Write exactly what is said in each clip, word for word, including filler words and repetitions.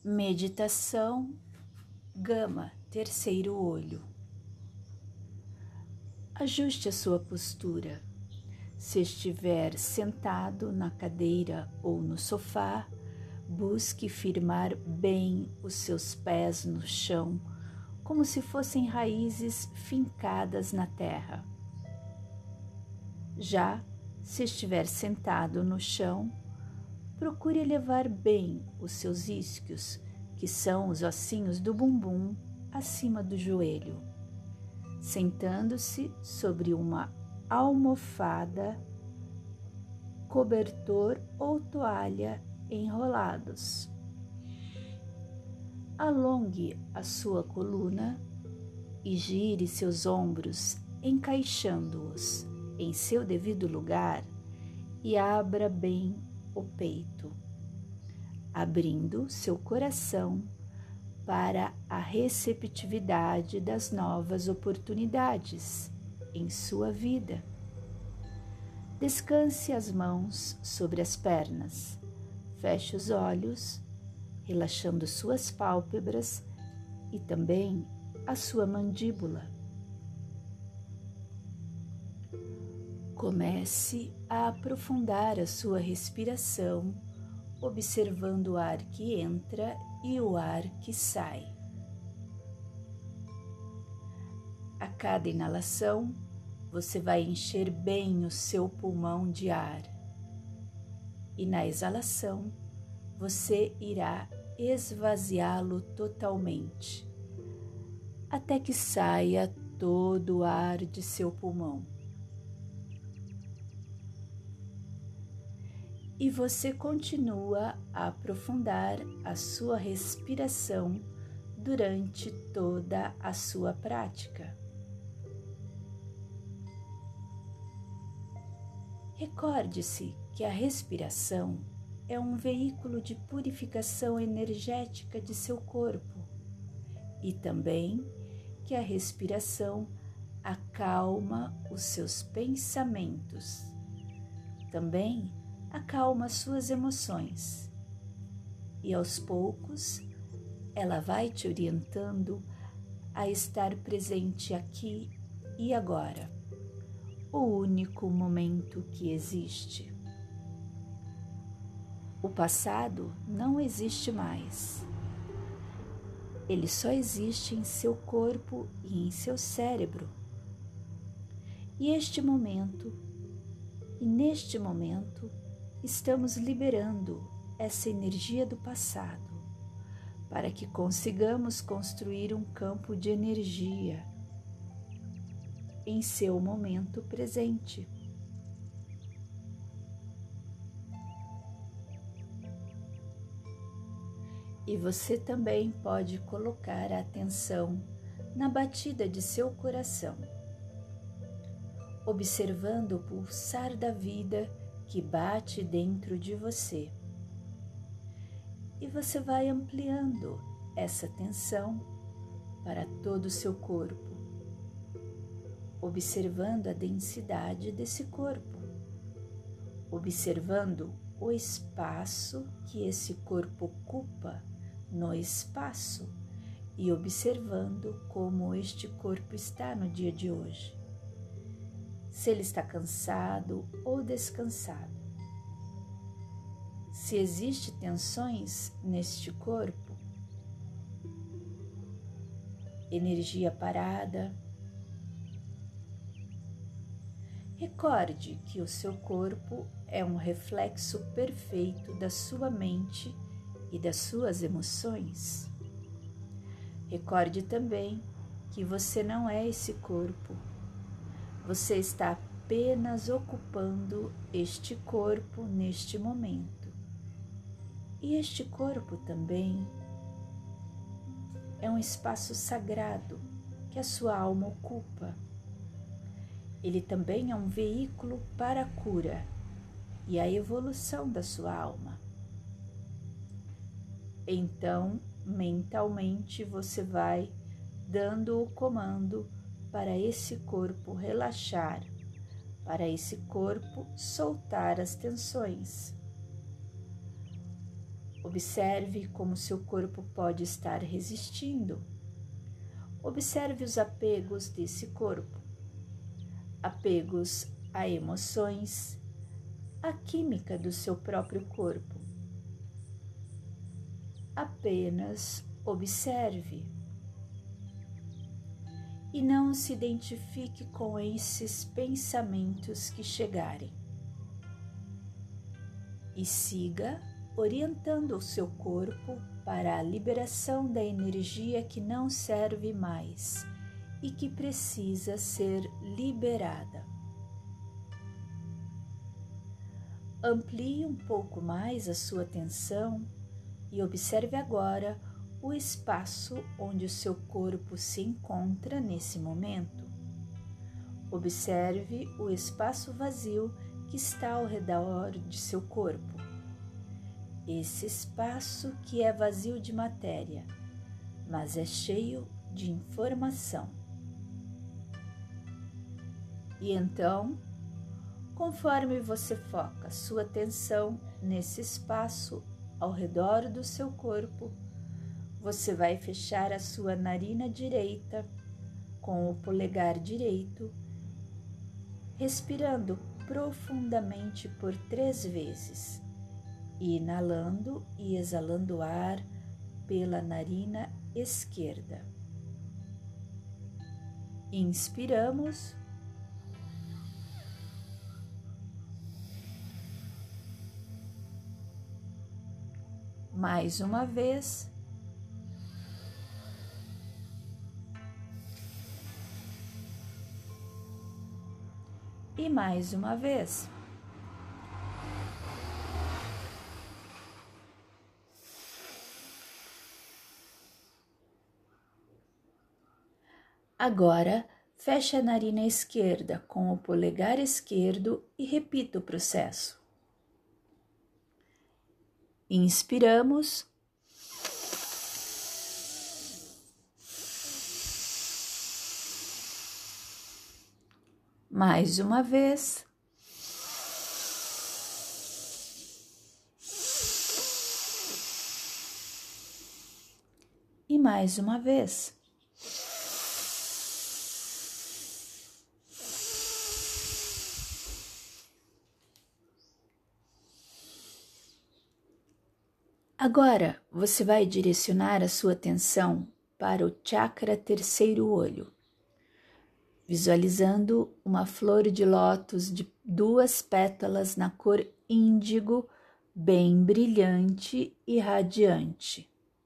Meditação Gama, terceiro olho. Ajuste a sua postura. Se estiver sentado na cadeira ou no sofá, busque firmar bem os seus pés no chão, como se fossem raízes fincadas na terra. Já se estiver sentado no chão, procure elevar bem os seus isquios, que são os ossinhos do bumbum, acima do joelho, sentando-se sobre uma almofada, cobertor ou toalha enrolados. Alongue a sua coluna e gire seus ombros, encaixando-os em seu devido lugar, e abra bem o peito, abrindo seu coração para a receptividade das novas oportunidades em sua vida. Descanse as mãos sobre as pernas, feche os olhos, relaxando suas pálpebras e também a sua mandíbula. Comece a aprofundar a sua respiração, observando o ar que entra e o ar que sai. A cada inalação, você vai encher bem o seu pulmão de ar. E na exalação, você irá esvaziá-lo totalmente, até que saia todo o ar de seu pulmão. E você continua a aprofundar a sua respiração durante toda a sua prática. Recorde-se que a respiração é um veículo de purificação energética de seu corpo e também que a respiração acalma os seus pensamentos. Também acalma suas emoções e aos poucos ela vai te orientando a estar presente aqui e agora, o único momento que existe. O passado não existe mais. Ele só existe em seu corpo e em seu cérebro. E este momento, e neste momento, estamos liberando essa energia do passado para que consigamos construir um campo de energia em seu momento presente. E você também pode colocar a atenção na batida de seu coração, observando o pulsar da vida que bate dentro de você. E você vai ampliando essa tensão para todo o seu corpo, observando a densidade desse corpo, observando o espaço que esse corpo ocupa no espaço e observando como este corpo está no dia de hoje. Se ele está cansado ou descansado. Se existem tensões neste corpo, energia parada. Recorde que o seu corpo é um reflexo perfeito da sua mente e das suas emoções. Recorde também que você não é esse corpo. Você está apenas ocupando este corpo neste momento. E este corpo também é um espaço sagrado que a sua alma ocupa. Ele também é um veículo para a cura e a evolução da sua alma. Então, mentalmente, você vai dando o comando para esse corpo relaxar, para esse corpo soltar as tensões. Observe como seu corpo pode estar resistindo. Observe os apegos desse corpo, apegos a emoções, a química do seu próprio corpo. Apenas observe e não se identifique com esses pensamentos que chegarem. E siga orientando o seu corpo para a liberação da energia que não serve mais e que precisa ser liberada. Amplie um pouco mais a sua atenção e observe agora o espaço onde o seu corpo se encontra nesse momento. Observe o espaço vazio que está ao redor de seu corpo. Esse espaço que é vazio de matéria, mas é cheio de informação. E então, conforme você foca sua atenção nesse espaço ao redor do seu corpo, você vai fechar a sua narina direita com o polegar direito, respirando profundamente por três vezes, inalando e exalando ar pela narina esquerda. Inspiramos. Mais uma vez. E mais uma vez. Agora, feche a narina esquerda com o polegar esquerdo e repita o processo. Inspiramos. Mais uma vez. E mais uma vez. Agora, você vai direcionar a sua atenção para o chakra terceiro olho, visualizando uma flor de lótus de duas pétalas na cor índigo, bem brilhante e radiante.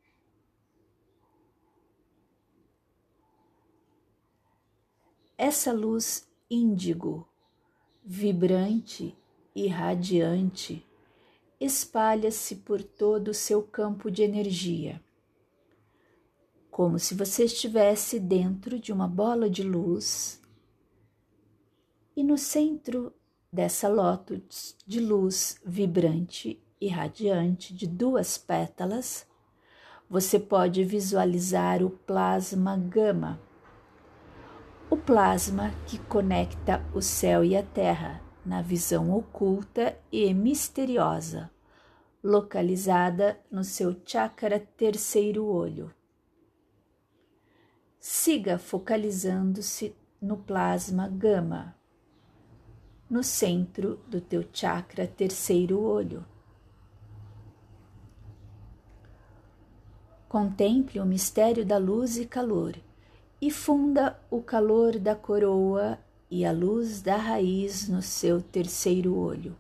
Essa luz índigo, vibrante e radiante, espalha-se por todo o seu campo de energia, como se você estivesse dentro de uma bola de luz, e no centro dessa lótus de luz vibrante e radiante de duas pétalas, você pode visualizar o plasma gama, o plasma que conecta o céu e a terra na visão oculta e misteriosa, localizada no seu chakra terceiro olho. Siga focalizando-se no plasma gama, no centro do teu chakra terceiro olho. Contemple o mistério da luz e calor e funda o calor da coroa e a luz da raiz no seu terceiro olho.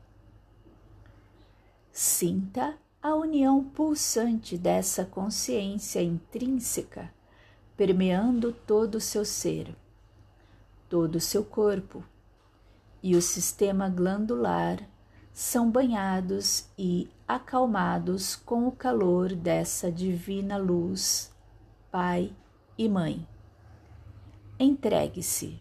Sinta a união pulsante dessa consciência intrínseca permeando todo o seu ser, todo o seu corpo, e o sistema glandular são banhados e acalmados com o calor dessa divina luz, Pai e Mãe. Entregue-se.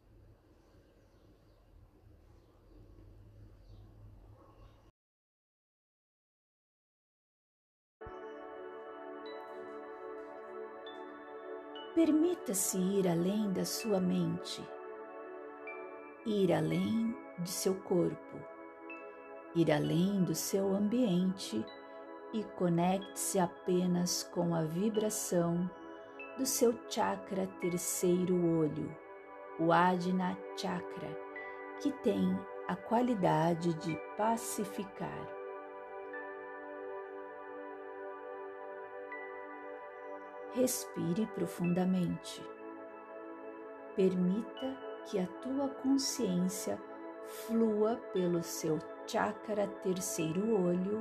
Permita-se ir além da sua mente, ir além de seu corpo, ir além do seu ambiente e conecte-se apenas com a vibração do seu chakra terceiro olho, o Ajna Chakra, que tem a qualidade de pacificar. Respire profundamente. Permita que a tua consciência flua pelo seu chakra terceiro olho,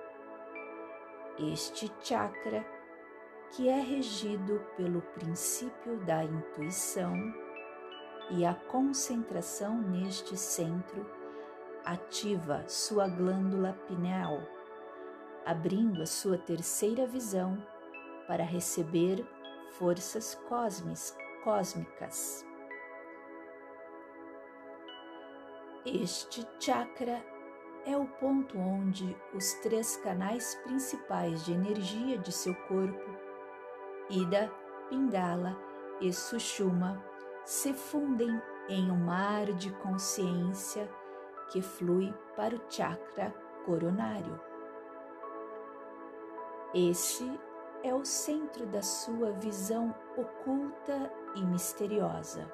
este chakra que é regido pelo princípio da intuição, e a concentração neste centro ativa sua glândula pineal, abrindo a sua terceira visão para receber forças cósmicas. Este chakra é o ponto onde os três canais principais de energia de seu corpo, Ida, Pingala e Sushumna, se fundem em um mar de consciência que flui para o chakra coronário. Esse é o centro da sua visão oculta e misteriosa.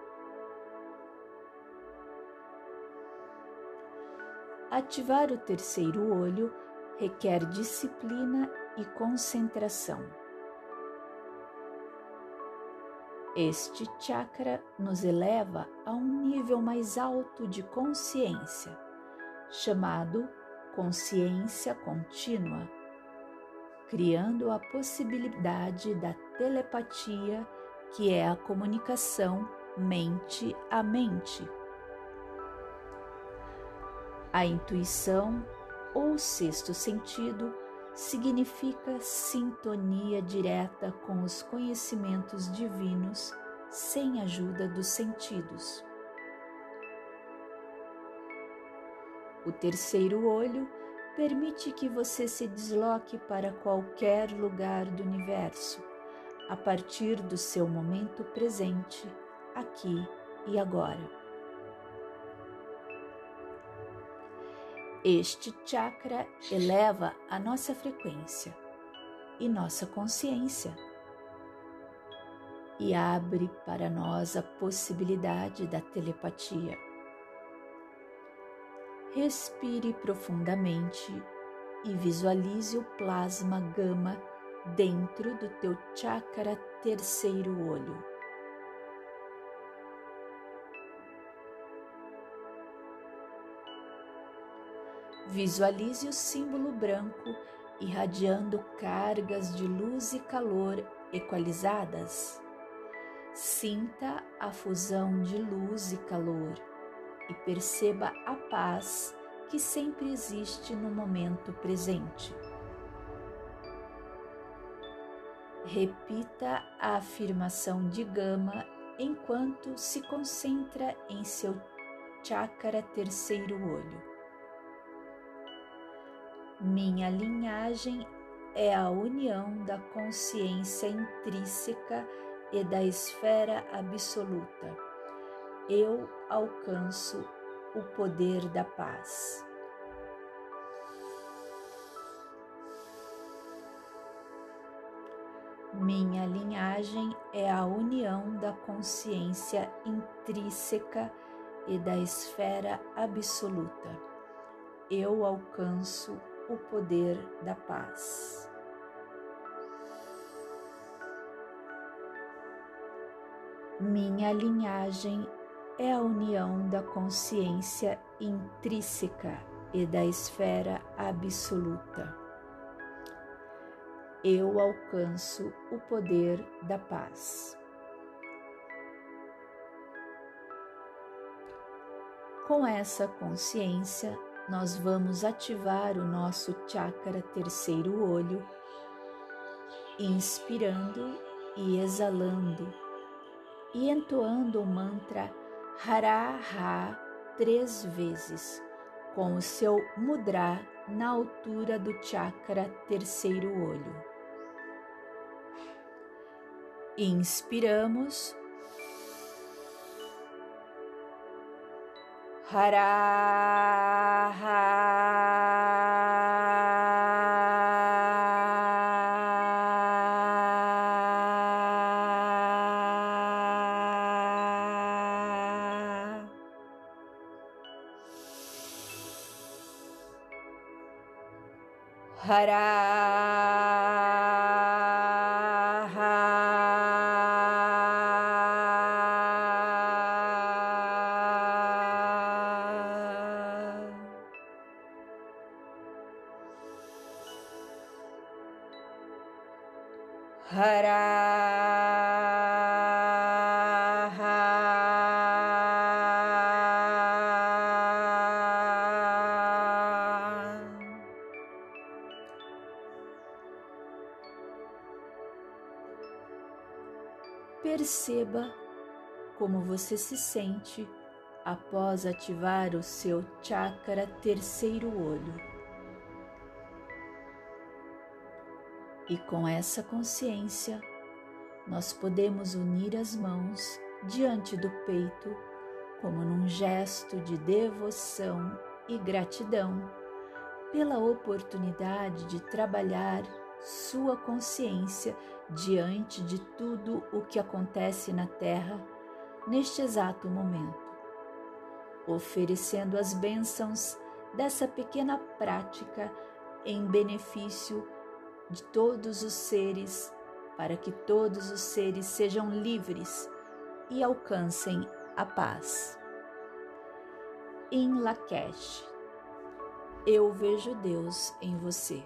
Ativar o terceiro olho requer disciplina e concentração. Este chakra nos eleva a um nível mais alto de consciência, chamado consciência contínua, criando a possibilidade da telepatia, que é a comunicação mente a mente. A intuição, ou sexto sentido, significa sintonia direta com os conhecimentos divinos sem ajuda dos sentidos. O terceiro olho permite que você se desloque para qualquer lugar do universo, a partir do seu momento presente, aqui e agora. Este chakra eleva a nossa frequência e nossa consciência e abre para nós a possibilidade da telepatia. Respire profundamente e visualize o plasma gama dentro do teu chakra terceiro olho. Visualize o símbolo branco irradiando cargas de luz e calor equalizadas. Sinta a fusão de luz e calor e perceba a paz que sempre existe no momento presente. Repita a afirmação de Gama enquanto se concentra em seu chakra terceiro olho. Minha linhagem é a união da consciência intrínseca e da esfera absoluta. Eu alcanço o poder da paz. Minha linhagem é a união da consciência intrínseca e da esfera absoluta. Eu alcanço o poder da paz. Minha linhagem é a união da consciência intrínseca e da esfera absoluta. Eu alcanço o poder da paz. Com essa consciência, nós vamos ativar o nosso chakra terceiro olho, inspirando e exalando, e entoando o mantra Hara-Ha três vezes, com o seu mudra na altura do chakra terceiro olho. Inspiramos. Hara-Ha. Hara. Perceba como você se sente após ativar o seu chakra terceiro olho. E com essa consciência, nós podemos unir as mãos diante do peito como num gesto de devoção e gratidão pela oportunidade de trabalhar sua consciência diante de tudo o que acontece na Terra neste exato momento, oferecendo as bênçãos dessa pequena prática em benefício de todos os seres, para que todos os seres sejam livres e alcancem a paz. Em Lakesh, eu vejo Deus em você.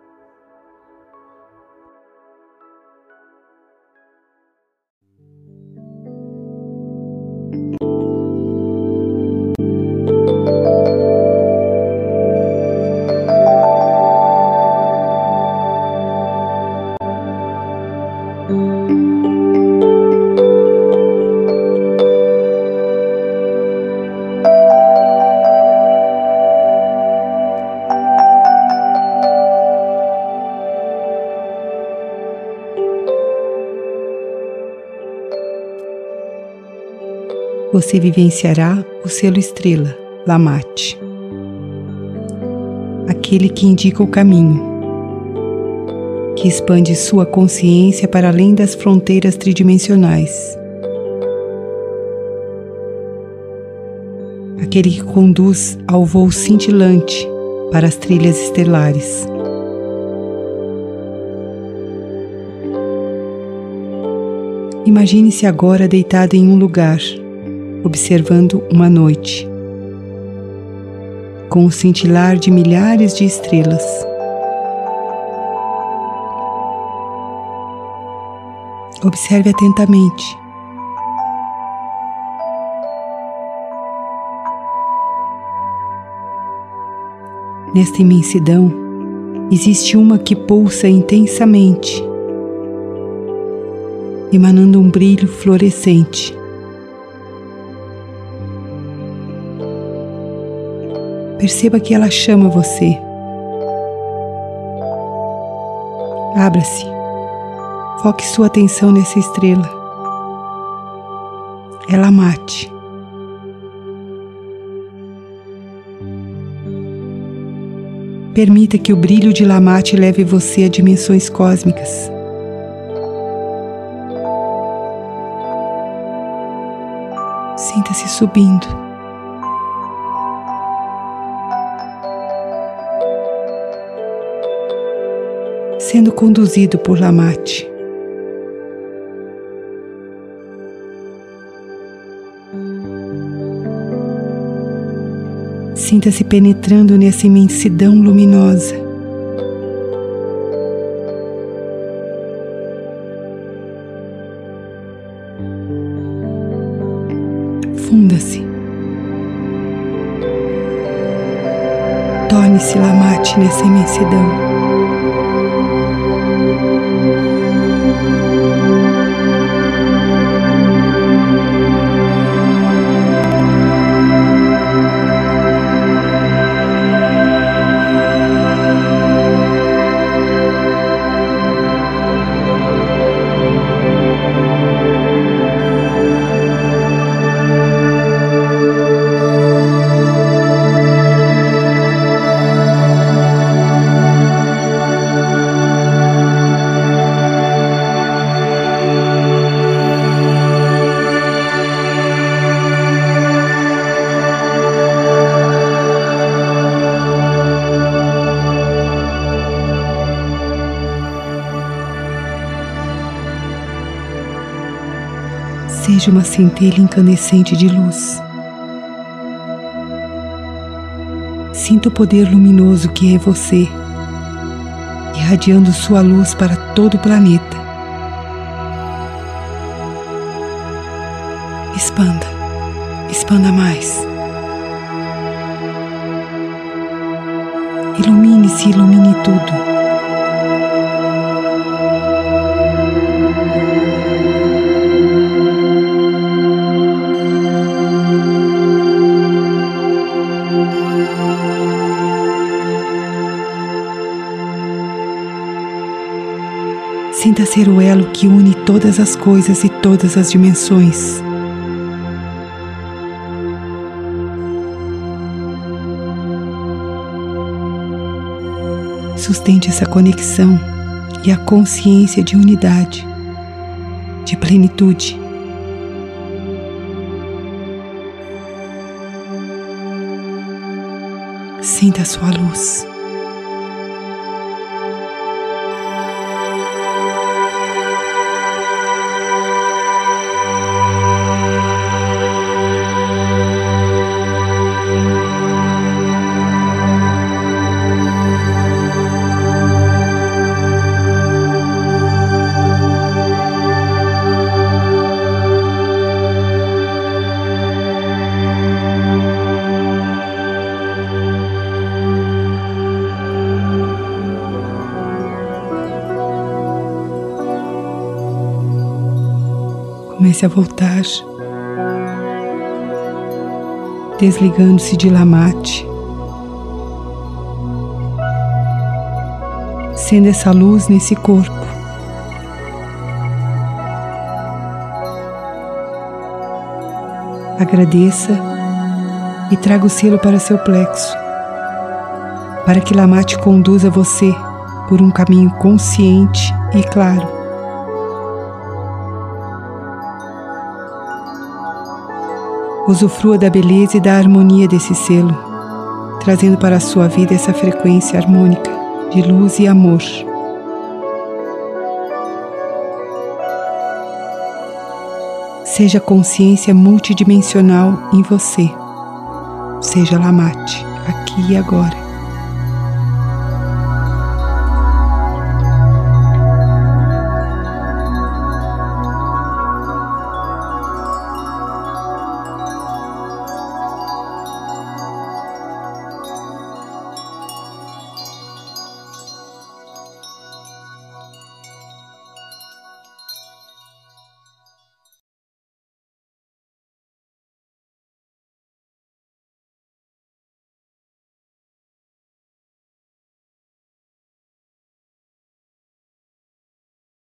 Você vivenciará o selo estrela, Lamate, aquele que indica o caminho, que expande sua consciência para além das fronteiras tridimensionais, aquele que conduz ao voo cintilante para as trilhas estelares. Imagine-se agora deitado em um lugar, observando uma noite, com o cintilar de milhares de estrelas. Observe atentamente. Nesta imensidão, existe uma que pulsa intensamente, emanando um brilho fluorescente. Perceba que ela chama você. Abra-se. Foque sua atenção nessa estrela. É Lamate. Permita que o brilho de Lamate leve você a dimensões cósmicas. Sinta-se subindo. Sendo conduzido por Lamate. Sinta-se penetrando nessa imensidão luminosa. Funda-se. Torne-se Lamate nessa imensidão. Seja uma centelha incandescente de luz. Sinta o poder luminoso que é você, irradiando sua luz para todo o planeta. Expanda, expanda mais. Ilumine-se, ilumine tudo. Sinta ser o elo que une todas as coisas e todas as dimensões. Sustente essa conexão e a consciência de unidade, de plenitude. Sinta a sua luz. Comece a voltar, desligando-se de Lamate, sendo essa luz nesse corpo. Agradeça e traga o selo para seu plexo, para que Lamate conduza você por um caminho consciente e claro. Usufrua da beleza e da harmonia desse selo, trazendo para a sua vida essa frequência harmônica de luz e amor. Seja consciência multidimensional em você. Seja Lamate, aqui e agora.